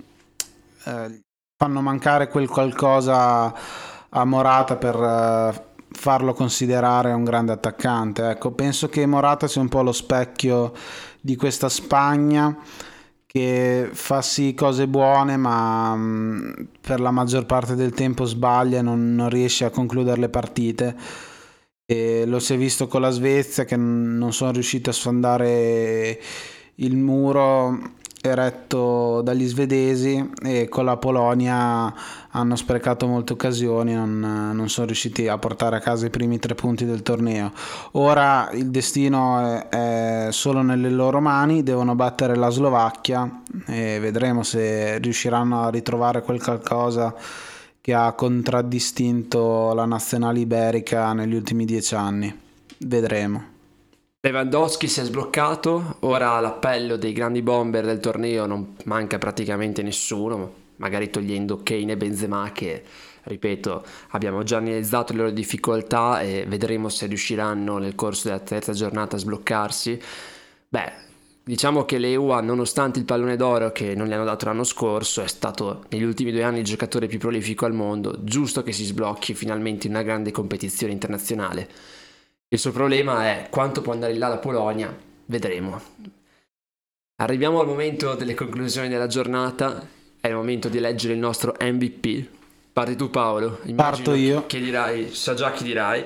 fanno mancare quel qualcosa a Morata per farlo considerare un grande attaccante. Ecco, penso che Morata sia un po' lo specchio di questa Spagna che fa sì cose buone, ma per la maggior parte del tempo sbaglia e non riesce a concludere le partite. E lo si è visto con la Svezia, che non sono riusciti a sfondare il muro eretto dagli svedesi, e con la Polonia hanno sprecato molte occasioni, non sono riusciti a portare a casa i primi 3 punti del torneo. Ora il destino è solo nelle loro mani, devono battere la Slovacchia e vedremo se riusciranno a ritrovare quel qualcosa che ha contraddistinto la nazionale iberica negli ultimi 10 anni. Vedremo. Lewandowski si è sbloccato, ora all'appello dei grandi bomber del torneo non manca praticamente nessuno, magari togliendo Kane e Benzema, che ripeto abbiamo già analizzato le loro difficoltà e vedremo se riusciranno nel corso della terza giornata a sbloccarsi. Diciamo che l'EUA, nonostante il pallone d'oro che non gli hanno dato l'anno scorso, è stato negli ultimi 2 anni il giocatore più prolifico al mondo, giusto che si sblocchi finalmente in una grande competizione internazionale. Il suo problema è quanto può andare là la Polonia, vedremo. Arriviamo al momento delle conclusioni della giornata, è il momento di eleggere il nostro MVP. Parti tu, Paolo. Parto io. Che dirai? So già chi dirai.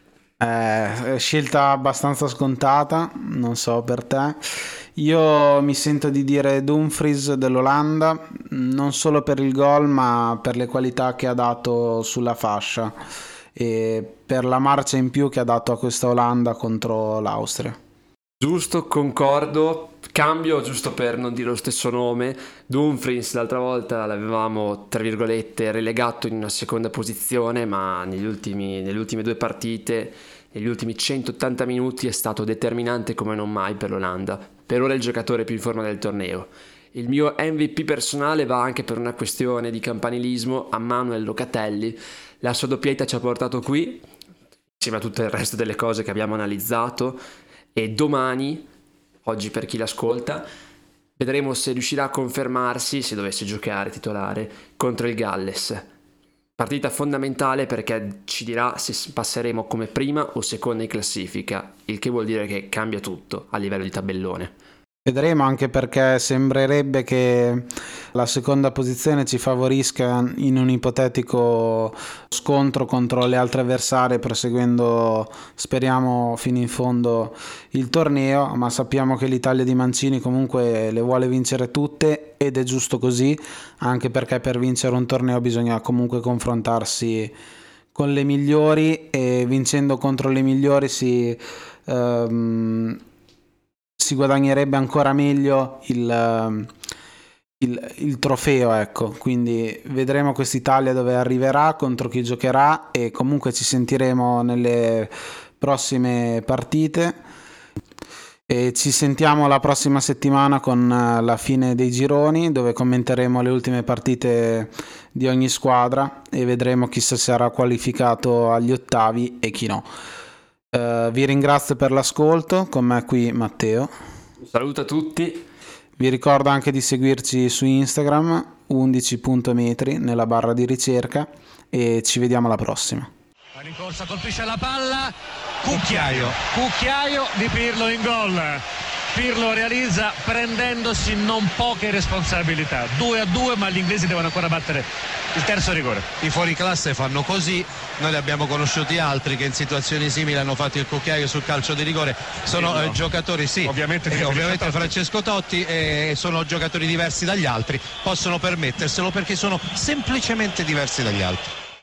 Scelta abbastanza scontata, non so per te. Io mi sento di dire Dumfries dell'Olanda, non solo per il gol ma per le qualità che ha dato sulla fascia e per la marcia in più che ha dato a questa Olanda contro l'Austria. Giusto, concordo. Cambio, giusto per non dire lo stesso nome, Dumfries l'altra volta l'avevamo tra virgolette relegato in una seconda posizione, ma nelle ultime 2 partite, negli ultimi 180 minuti è stato determinante come non mai per l'Olanda. Per ora è il giocatore più in forma del torneo. Il mio MVP personale va anche per una questione di campanilismo a Manuel Locatelli. La sua doppietta ci ha portato qui, insieme a tutto il resto delle cose che abbiamo analizzato, e domani, oggi per chi l'ascolta, vedremo se riuscirà a confermarsi, se dovesse giocare titolare, contro il Galles. Partita fondamentale perché ci dirà se passeremo come prima o seconda in classifica, il che vuol dire che cambia tutto a livello di tabellone. Vedremo, anche perché sembrerebbe che la seconda posizione ci favorisca in un ipotetico scontro contro le altre avversarie, proseguendo, speriamo, fino in fondo il torneo, ma sappiamo che l'Italia di Mancini comunque le vuole vincere tutte ed è giusto così, anche perché per vincere un torneo bisogna comunque confrontarsi con le migliori e vincendo contro le migliori si guadagnerebbe ancora meglio il trofeo, ecco. Quindi vedremo quest'Italia dove arriverà, contro chi giocherà, e comunque ci sentiremo nelle prossime partite. E ci sentiamo la prossima settimana con la fine dei gironi, dove commenteremo le ultime partite di ogni squadra e vedremo chi si sarà qualificato agli ottavi e chi no. Vi ringrazio per l'ascolto, con me qui Matteo. Un saluto a tutti. Vi ricordo anche di seguirci su Instagram 11.metri nella barra di ricerca e ci vediamo alla prossima. La rincorsa colpisce la palla, Cucchiaio di Pirlo in gol. Pirlo realizza prendendosi non poche responsabilità. 2-2, ma gli inglesi devono ancora battere il terzo rigore. I fuoriclasse fanno così, noi ne abbiamo conosciuti altri che in situazioni simili hanno fatto il Cucchiaio sul calcio di rigore. Sono giocatori, sì, ovviamente Francesco Totti, sono giocatori diversi dagli altri, possono permetterselo perché sono semplicemente diversi dagli altri.